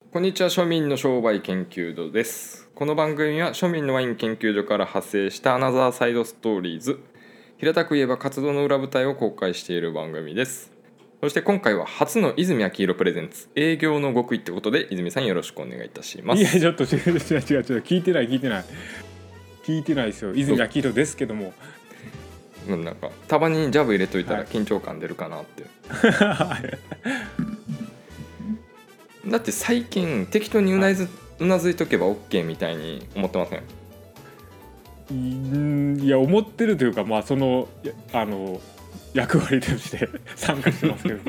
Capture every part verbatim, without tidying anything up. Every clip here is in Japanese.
こんにちは。庶民の商売研究所です。この番組は庶民のワイン研究所から派生したアナザーサイドストーリーズ、平たく言えば活動の裏舞台を公開している番組です。そして今回は初の泉明宏プレゼンツ営業の極意ってことで、泉さんよろしくお願いいたします。 いやちょっと違う違う違う違う聞いてない聞いてない聞いてないですよ。泉明宏ですけども、 なんかたまにジャブ入れといたら緊張感出るかなって、はい、だって最近適当にうなず、うなずいとけば OK みたいに思ってません？ いや思ってるというか、まあそのあの役割として参加してますけど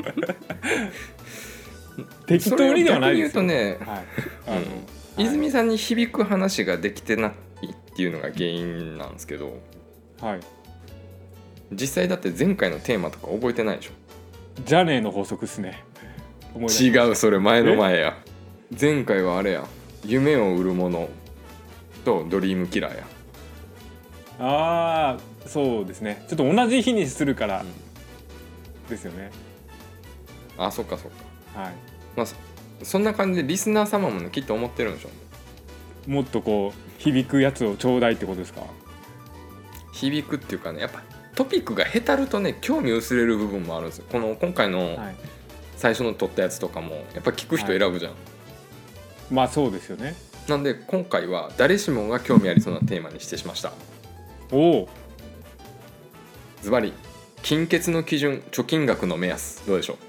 適当にではないですよ。 それを逆に言うとね、 はい、あの、 うん、泉さんに響く話ができてないっていうのが原因なんですけど、 はい、 実際だって前回のテーマとか覚えてないでしょ。 ジャネーの法則っすね。 違う、それ前の前や。前回はあれや、夢を売るものとドリームキラーや。 ああそうですね。ちょっと同じ日にするから、うん、ですよね。 あ、そっかそっか、はい、まあ、そんな感じでリスナー様も、ね、きっと思ってるんでしょ。 もっとこう響くやつをちょうだいってことですか。 響くっていうかね、やっぱトピックがへたるとね、興味薄れる部分もあるんですよ。この今回の最初の撮ったやつとかもやっぱ聞く人選ぶじゃん、はい、 まあそうですよね。 なんで今回は誰しもが興味ありそうなテーマにしてしました。 おお、 ズバリ金欠の基準、貯金額の目安、どうでしょう。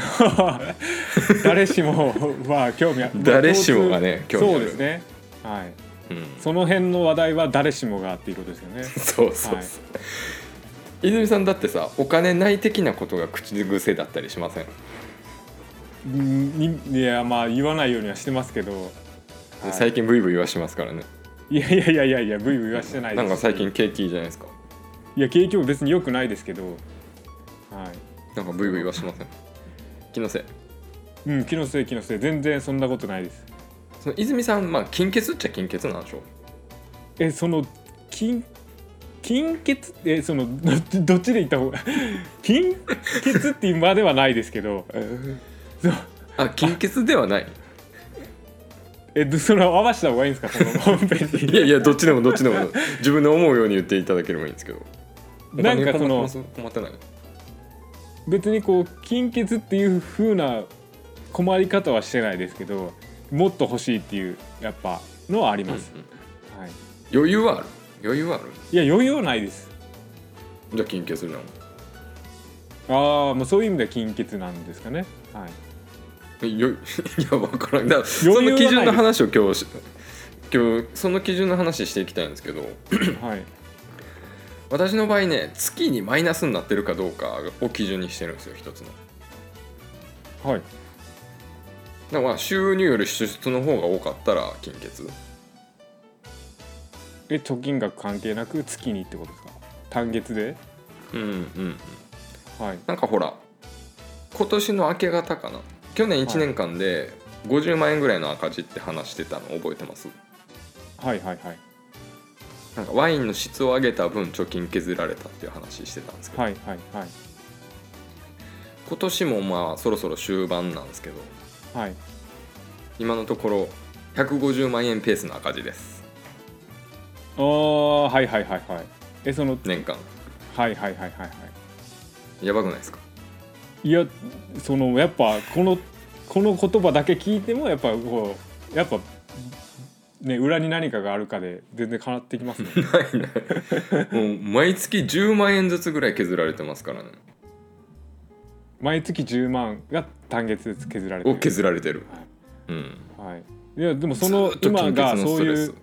誰しもは興味ある誰しもがね興味ある。 そうですね、はい、うん、その辺の話題は誰しもがっていうことですよね。 そうそうそう、はい、泉さんだってさ、お金ない的なことが口癖だったりしません？ いや、まあ言わないようにはしてますけど、はい、 最近ブイブイはしますからね。 いやいやいやいやいや、ブイブイはしてないです。 なんか最近景気いいじゃないですか。 いや景気も別に良くないですけど、はい、 なんかブイブイはしません？気のせい。 うん、気のせい気のせい、全然そんなことないです。 その泉さん、まあ金欠っちゃ金欠なんでしょ。 え、その金金欠えそのどっちで言った方が金欠っていうまではないですけど、 あ、金欠ではない。 え、それを合わせた方がいいんですか、そのホームページに。 いやいや、どっちでもどっちでも自分の思うように言っていただければいいんですけど。 なんかその困ってない。 別にこう金欠っていう風な困り方はしてないですけど、もっと欲しいっていうやっぱのはあります、うんうん、はい、 余裕はある。余裕はある。 いや余裕はないです。 じゃあ金欠なの？ ああ、もうそういう意味では金欠なんですかね。はい。 いや分からん。だからその基準の話を今日今日その基準の話していきたいんですけど、はい、私の場合ね、月にマイナスになってるかどうかを基準にしてるんですよ、一つの。はい。だから収入より支出の方が多かったら金欠。 え、貯金額関係なく月にってことですか？単月で？ うんうんうん。はい。なんかほら、今年の明け方かな、去年いちねんかんでごじゅうまんえんぐらいの赤字って話してたの覚えてます？ はいはいはい。 なんかワインの質を上げた分貯金削られたっていう話してたんですけど、 はいはいはい。 今年もまあそろそろ終盤なんですけど、はい、今のところひゃくごじゅうまんえんペースの赤字です。 ああ、はいはいはいはい。え、その年間。 はいはいはいはいはい。 やばくないですか？ いや、そのやっぱこのこの言葉だけ聞いてもやっぱこうやっぱね、裏に何かがあるかで全然変わってきますね。 ないないもう毎月じゅうまんえんずつぐらい削られてますからね。 毎月じゅうまんが単月で削られてる。 を削られてる。 はい、 うん。 はい。いやでもその今がそういう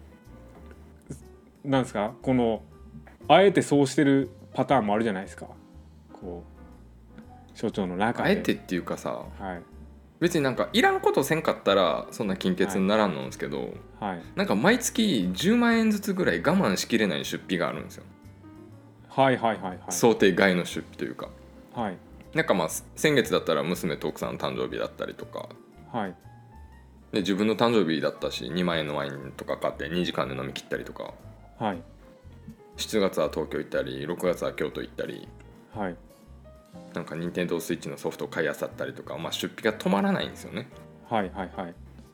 なんですか、このあえてそうしてるパターンもあるじゃないですか。こう所長の中で。 あえてっていうかさ、 はい、 別になんかいらんことせんかったらそんな金欠にならんのんですけど、はいはい、なんか毎月じゅうまんえんずつぐらい我慢しきれない出費があるんですよ。 はいはいはいはい。 想定外の出費というか、 はい、 なんかまあ先月だったら娘と奥さんの誕生日だったりとか、はい、で自分の誕生日だったしにまんえんのワインとか買ってにじかんで飲み切ったりとか、はい、しちがつは東京行ったりろくがつは京都行ったり、はい、なんか任天堂スイッチのソフト買い漁ったりとか、まあ、出費が止まらないんですよね。 はいはいはい。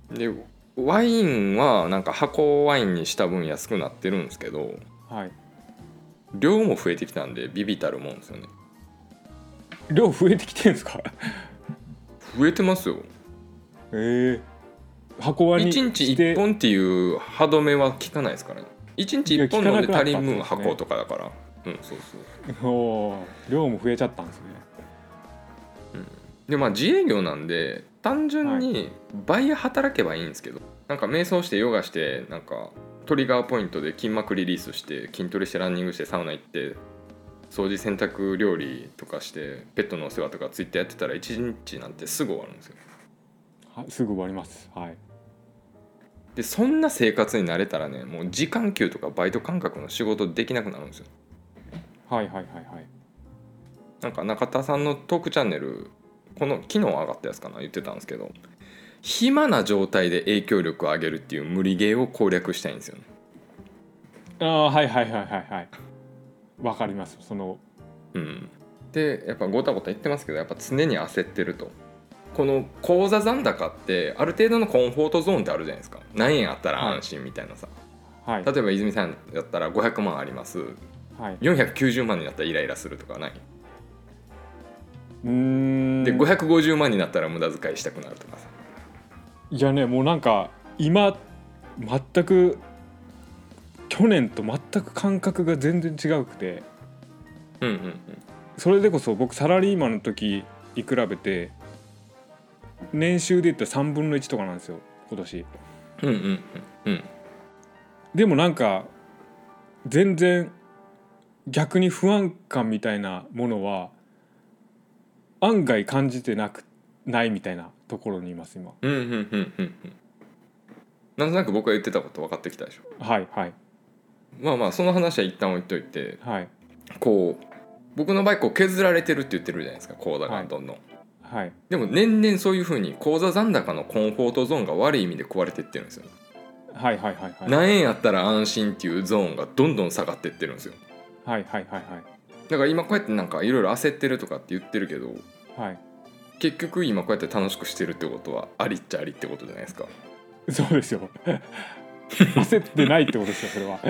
でワインはなんか箱ワインにした分安くなってるんですけど、 はい、 量も増えてきたんでビビたるもんですよね。 量増えてきてるんですか？ 増えてますよ。 えー、箱ワインにいちにちいっぽんっていう歯止めは効かないですからね。いちにちいっぽん飲んで足りん分箱とかだから。うん、そうそう。お量も増えちゃったんですね。 うん、でまあ自営業なんで単純に倍働けばいいんですけど、はい、なんか瞑想してヨガしてなんかトリガーポイントで筋膜リリースして筋トレしてランニングしてサウナ行って掃除洗濯料理とかしてペットのお世話とかツイッターやってたらいちにちなんてすぐ終わるんですよ。 はすぐ終わります。はい。 でそんな生活に慣れたらね、もう時間給とかバイト感覚の仕事できなくなるんですよ。 はいはいはいはい。 なんか中田さんのトークチャンネルこの昨日上がったやつかな言ってたんですけど、暇な状態で影響力を上げるっていう無理ゲーを攻略したいんですよね。 ああはいはいはいはいはいわかります。そのうんでやっぱごたごた言ってますけど、やっぱ常に焦ってると。この口座残高ってある程度のコンフォートゾーンってあるじゃないですか。何円あったら安心みたいなさ、はい、例えば泉さんだったらごひゃくまんあります、はい、よんひゃくきゅうじゅうまんになったらイライラするとかない？ うーんでごひゃくごじゅうまんになったら無駄遣いしたくなるとかさ。 いやねもうなんか今全く去年と全く感覚が全然違うくて、 うんうんうん、 それでこそ僕サラリーマンの時に比べて年収で言ったらさんぶんのいちとかなんですよ今年。 うんうんうん、 でもなんか全然逆に不安感みたいなものは案外感じてなくないみたいなところにいます今。 うんうんうんうんうん。なんとなく僕が言ってたこと分かってきたでしょ。 はいはい。 まあまあその話は一旦置いといて、 はい、 こう僕の場合こう削られてるって言ってるじゃないですか、口座がどんどん。はい、でも年々そういう風に口座残高のコンフォートゾーンが悪い意味で壊れていってるんですよ。 はいはいはいはい。 何円あったら安心っていうゾーンがどんどん下がっていってるんですよ。 はいはいはいはい。 だから今こうやってなんかいろいろ焦ってるとかって言ってるけど、はい、結局今こうやって楽しくしてるってことはありっちゃありってことじゃないですか。 そうですよ。焦ってないってことですよそれは。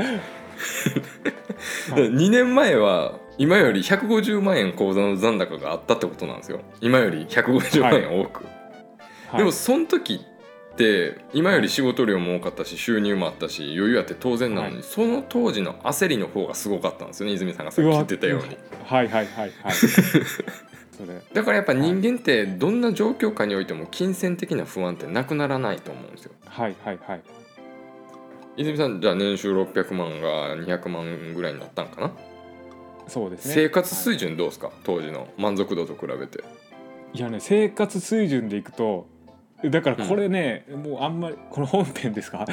にねんまえは今よりひゃくごじゅうまん円口座の残高があったってことなんですよ。今よりひゃくごじゅうまん円多く、はい、でもその時って今より仕事量も多かったし収入もあったし余裕あって当然なのに、はい、その当時の焦りの方がすごかったんですよね。泉さんがさっき言ってたように。 はいはいはいはい。 それだからやっぱ人間ってどんな状況下においても金銭的な不安ってなくならないと思うんですよ。 はいはいはい。 泉さんじゃあ年収ろっぴゃくまんがにひゃくまんぐらいになったんかな。 そうですね。 生活水準どうですか、はい、当時の満足度と比べて。 いやね生活水準でいくとだからこれね、うん、もうあんまりこの本編ですか。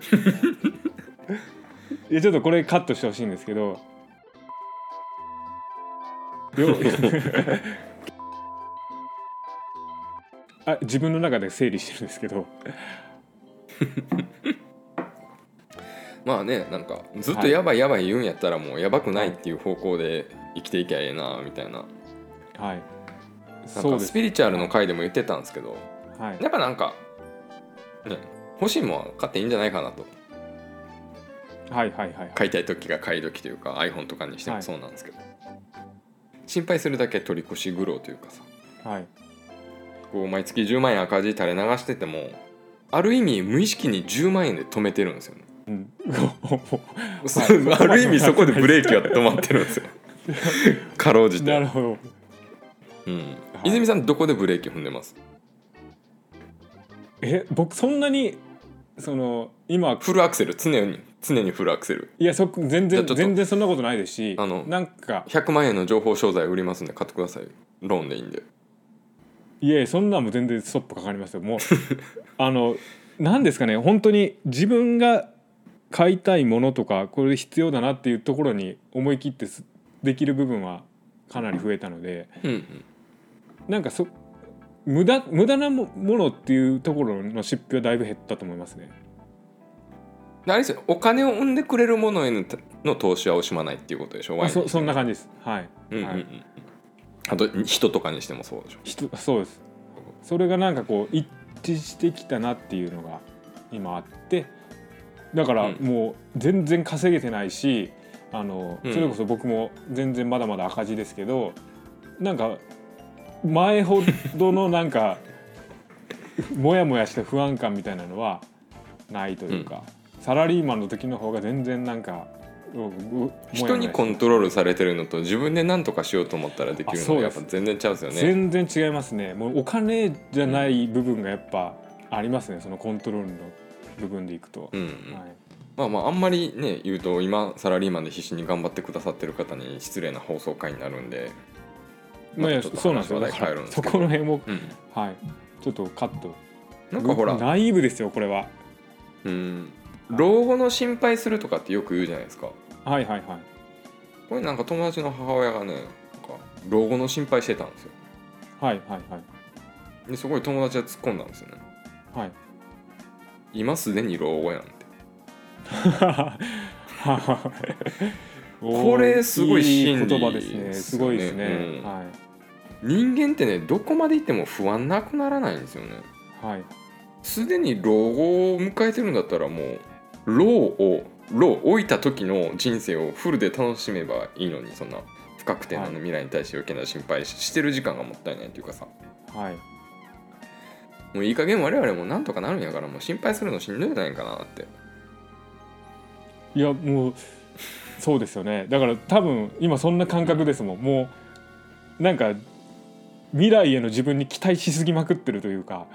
いやちょっとこれカットしてほしいんですけどあ自分の中で整理してるんですけどまあねなんかずっとやばいやばい言うんやったらもうやばくないっていう方向で生きていきゃええなみたいな。はい。なんかスピリチュアルの回でも言ってたんですけど、はい、やっぱなんか、ね、欲しいもんは買っていいんじゃないかなと。 はいはいはい、はい、 買いたい時が買い時というか iPhone とかにしてもそうなんですけど、はい、心配するだけ取り越し苦労というかさ、はい、こう毎月じゅうまん円赤字垂れ流しててもある意味無意識にじゅうまん円で止めてるんですよね。うん、ある意味そこでブレーキは止まってるんですよ。かろうじて。なるほど。うん、はい、泉さんどこでブレーキ踏んでます？ え僕そんなにその今フルアクセル常に常にフルアクセル。 いやそ全然全然そんなことないですし、 あのなんかひゃくまん円の情報商材売りますんで買ってください。ローンでいいんで。 いやそんなんも全然ストップかかりますよ。もうあのなんですかね本当に自分が買いたいものとかこれ必要だなっていうところに思い切ってできる部分はかなり増えたので、うんうん、なんかそ無駄無駄なものっていうところの出費はだいぶ減ったと思いますね。 あれですよ、お金を生んでくれるものへの投資は惜しまないっていうことでしょ。ワインにしても。 そ, そんな感じです。はい。うんうんうん、はい、 あと人とかにしてもそうでしょ。 人そうです。それがなんかこうい致してきたなっていうのが今あって、だからもう全然稼げてないし、あのそれこそ僕も全然まだまだ赤字ですけど、なんか前ほどのなんかモヤモヤした不安感みたいなのはないというか、うん、サラリーマンの時の方が全然なんか人にコントロールされてるのと自分で何とかしようと思ったらできるのがやっぱ全然違うんですよね。 全然違いますね。もうお金じゃない部分がやっぱありますね、そのコントロールの部分でいくと、 うんうん、はい、まあまああんまりね言うと今サラリーマンで必死に頑張ってくださってる方に失礼な放送回になるんで、 まあ、そうなんですよ。だからそこの辺も、うん、はい、ちょっとカット。 なんかほらナイーブですよこれは。 うん、老後の心配するとかってよく言うじゃないですか。 はいはいはい。 これなんか友達の母親がね、なんか老後の心配してたんですよ。 はいはいはい。 ですごい友達が突っ込んだんですよね。 はい。 今すでに老後やんって。これすごい真理ですよね。 いい言葉ですね。すごいですね。うん、はい。 人間ってね、どこまで行っても不安なくならないんですよね。 はい。 すでに老後を迎えてるんだったらもう老を老老いた時の人生をフルで楽しめばいいのに、そんな不確定な未来に対して余計な心配してる時間がもったいないというかさ。 はい。 もういい加減我々もなんとかなるんやから、もう心配するのしんどいんじゃないかなって。 いやもうそうですよね。だから多分今そんな感覚ですもん。もうなんか未来への自分に期待しすぎまくってるというか。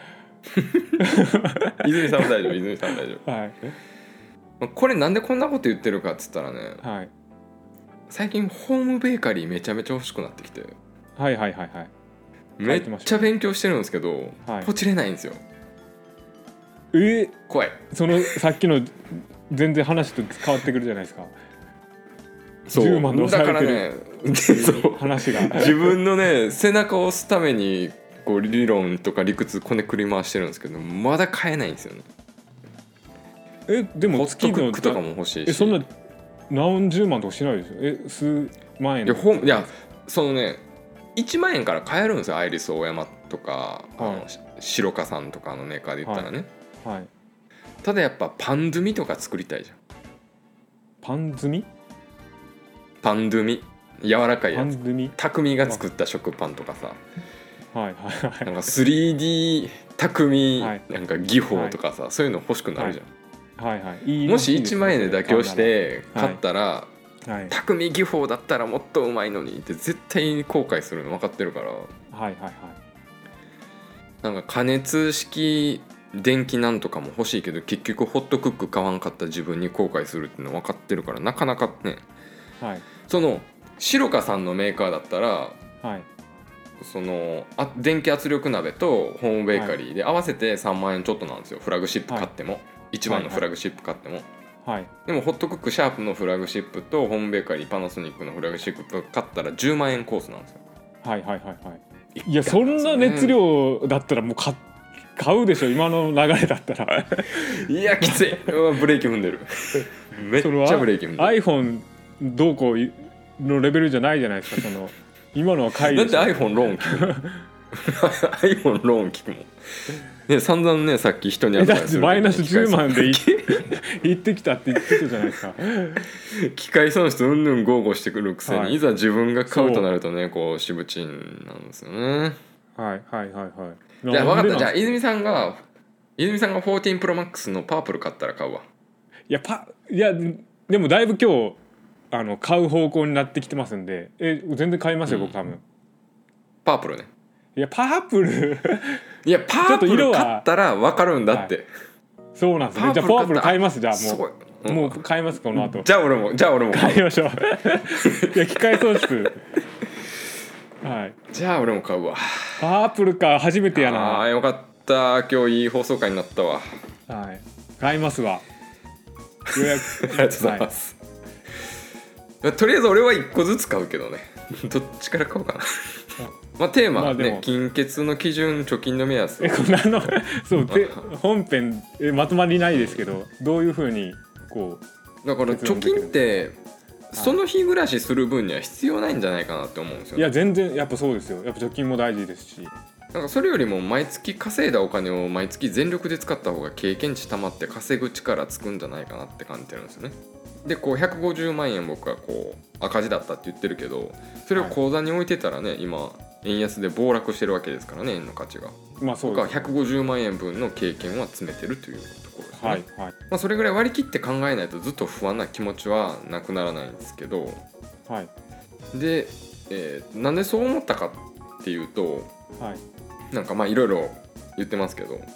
泉さんも大丈夫、泉さんも大丈夫。 はい。 これなんでこんなこと言ってるかっつったらね、 はい、 最近ホームベーカリーめちゃめちゃ欲しくなってきて、 はいはいはいはい、 めっちゃ勉強してるんですけど、はい、ポチれないんですよ。 えー、 怖い。 そのさっきの全然話と変わってくるじゃないですか。 そうじゅうまんで抑えてるだからね話が自分のね背中を押すためにこう理論とか理屈こねくり回してるんですけど、まだ買えないんですよね。 えでも月のホットクックとかも欲しいし、 えそんな何十万とかしないですよ。え数万円いやほいやそのねいちまん円から買えるんですよ。アイリスオーヤマとか、はい、あの白華さんとかのメーカーで言ったらね、 はいはい、 ただやっぱパンドゥミとか作りたいじゃん。 パン積みパンドゥミ柔らかいやつ、 パンドゥミ匠が作った食パンとかさ、 はいはいはい、 なんか スリーディー 匠なんか技法とかさ、はい、そういうの欲しくなるじゃん。 はいはい、いいもしいちまん円で妥協して買ったら、はいはい、匠技法だったらもっとうまいのにって絶対後悔するの分かってるから、はいはいはい、 なんか加熱式電気なんとかも欲しいけど結局ホットクック買わんかった自分に後悔するっていうの分かってるから、なかなかね、はい、その白華さんのメーカーだったら、はい、そのあ電気圧力鍋とホームベーカリーで合わせてさんまん円ちょっとなんですよ。フラグシップ買っても、はい、一番のフラグシップ買っても、はい、でもホットクックシャープのフラグシップとホームベーカリーパナソニックのフラグシップ買ったらじゅうまん円コースなんですよ。 はいはいはいはい。いやそんな熱量だったらもう買買うでしょ今の流れだったら。 いやきつい。ブレーキ踏んでる。めっちゃブレーキ踏んでる。 iPhone どうこうのレベルじゃないじゃないですか。その今のは買いでしょ。 だって iPhone ローン聞くもん。iPhone ローン聞くもん。ね、散々ねさっき人に会ったりするマイナスじゅうまんで行ってきたって言ってたじゃないですか。 機械損失うんぬん豪語してくるくせに、はい、いざ自分が買うとなるとねこうしぶちんなんですよね。 はいはいはいはい。 じゃあ分かった。じゃあ泉さんが泉さんがじゅうよん プロマックスのパープル買ったら買うわ。 いやパいやでもだいぶ今日あの買う方向になってきてますんで、え全然買いますよ、うん、僕多分。パープルね。 いやパープルいやパープル買ったら分かるんだって、はい、 そうなんですね。じゃあパープル買います。じゃあもう、うん、もう買いますこの後。 じゃあ俺もじゃあ俺も買いましょう。いや機械損失はい。じゃあ俺も買うわ。 パープルか初めてやな。 あーよかった。今日いい放送回になったわ。 はい買いますわ。予約ありがとうございます、はい、とりあえず俺はいっこずつ買うけどね。どっちから買おうかな。まあ、テーマはね、まあ、金欠の基準貯金の目安。 えこんなのそうで本編えまとまりないですけど、どういうふうにこうだから貯金ってその日暮らしする分には必要ないんじゃないかなって思うんですよ、ね、 いや全然やっぱそうですよ。やっぱ貯金も大事ですし、 なんかそれよりも毎月稼いだお金を毎月全力で使った方が経験値たまって稼ぐ力つくんじゃないかなって感じてるんですよね。でこうひゃくごじゅうまんえん僕はこう赤字だったって言ってるけど、それを口座に置いてたらね、はい、今円安で暴落してるわけですからね、円の価値が。まあそうですね、僕はひゃくごじゅうまんえん分の経験は詰めてるというところですね。はいはい、まあ、それぐらい割り切って考えないとずっと不安な気持ちはなくならないんですけど、はい、で、えー、なんでそう思ったかっていうと、はい、なんかまあいろいろ言ってますけど、はい、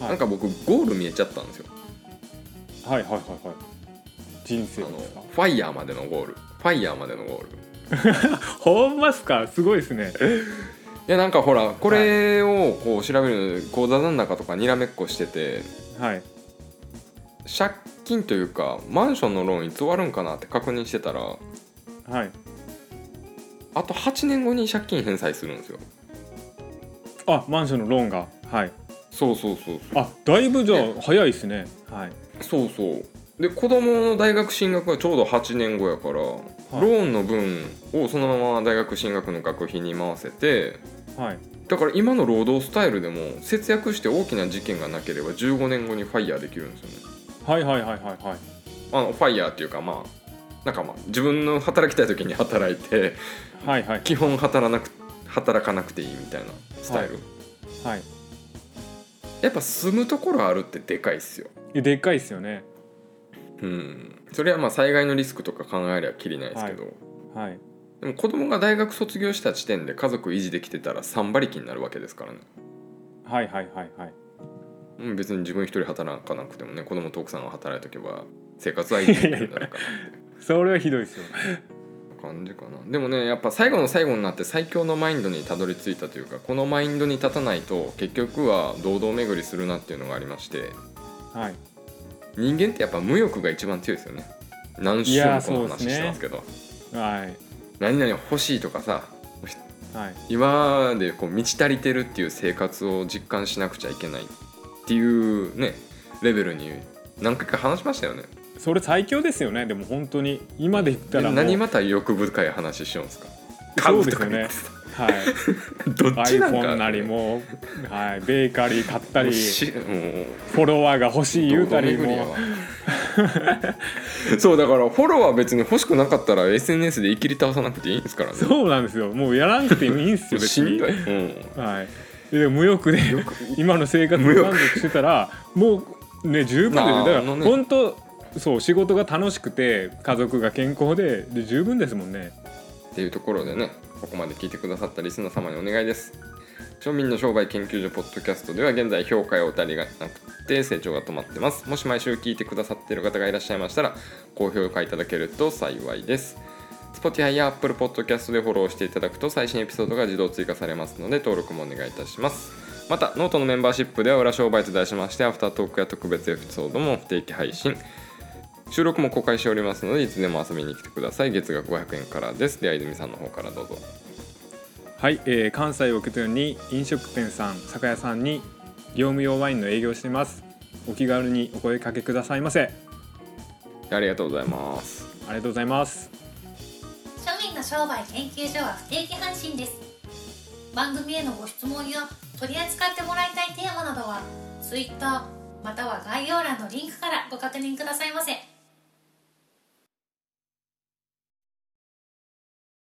なんか僕ゴール見えちゃったんですよ。 はいはいはいはい。人生ですか？ ファイヤーまでのゴール、ファイヤーまでのゴールほんますか？すごいですね。 いやなんかほらこれをこう調べる口座残高とかにらめっこしてて、はい、借金というかマンションのローンいつ終わるんかなって確認してたら、はい、あとはちねんごに借金返済するんですよ。 あ、マンションのローンが、はい、 そうそうそうそう。 あ、だいぶじゃあ早いですね。はい、 そうそう。で子供の大学進学がちょうどはちねんごやから、はい、ローンの分をそのまま大学進学の学費に回せて、はい、だから今の労働スタイルでも節約して大きな事件がなければじゅうごねんごにファイヤーできるんですよね。 はいはいはいはいはい。 あのファイヤーっていうかまあなんかまあ自分の働きたい時に働いて、はいはい、基本働かなく働かなくていいみたいなスタイル。はい、はい、やっぱ住むところあるってでかいっすよ。 でかいっすよね。 うん、それはまあ災害のリスクとか考えればきりないですけど、はいはい、でも子供が大学卒業した時点で家族維持できてたらさん馬力になるわけですからね。はいはいはいはい。別に自分一人働かなくてもね、子供と奥さんが働いとけば生活は維持できるんじゃないかなってそれはひどいですよ感じかな。でもねやっぱ最後の最後になって最強のマインドにたどり着いたというか、このマインドに立たないと結局は堂々巡りするなっていうのがありまして、はい、人間ってやっぱ無欲が一番強いですよね。何週もこの話してますけど、ね、はい、何々欲しいとかさ、はい、今でこう満ち足りてるっていう生活を実感しなくちゃいけないっていうねレベルに何回か話しましたよね。 それ最強ですよね。でも本当に今で言ったらもう何また欲深い話しようんですか。 そうですよね。はい、どっちなんか iPhone なりも、はい、ベーカリー買ったりフォロワーが欲しい言うたりもそうだからフォロワー別に欲しくなかったら エスエヌエス で生きり倒さなくていいんですからね。 そうなんですよ。もうやらなくていいんですよ別に。しんどい、うん、はい、で無欲で今の生活に満足してたらもうね十分ですよ。だから本当そう仕事が楽しくて家族が健康 で, で十分ですもんねっていうところでね、ここまで聞いてくださったリスナー様にお願いです。庶民の商売研究所ポッドキャストでは現在評価やお便りがなくて成長が止まってます。もし毎週聞いてくださっている方がいらっしゃいましたら高評価いただけると幸いです。 Spotify や Apple Podcast でフォローしていただくと最新エピソードが自動追加されますので登録もお願いいたします。またノートのメンバーシップでは裏商売と題しましてアフタートークや特別エピソードも不定期配信、収録も公開しておりますのでいつでも遊びに来てください。月額ごひゃくえんからです。では泉さんの方からどうぞ。 はい、えー、関西を拠点に飲食店さん酒屋さんに業務用ワインの営業しています。お気軽にお声かけくださいませ。 ありがとうございます。 ありがとうございます。 庶民の商売研究所は不定期配信です。番組へのご質問や取り扱ってもらいたいテーマなどは Twitter または概要欄のリンクからご確認くださいませ。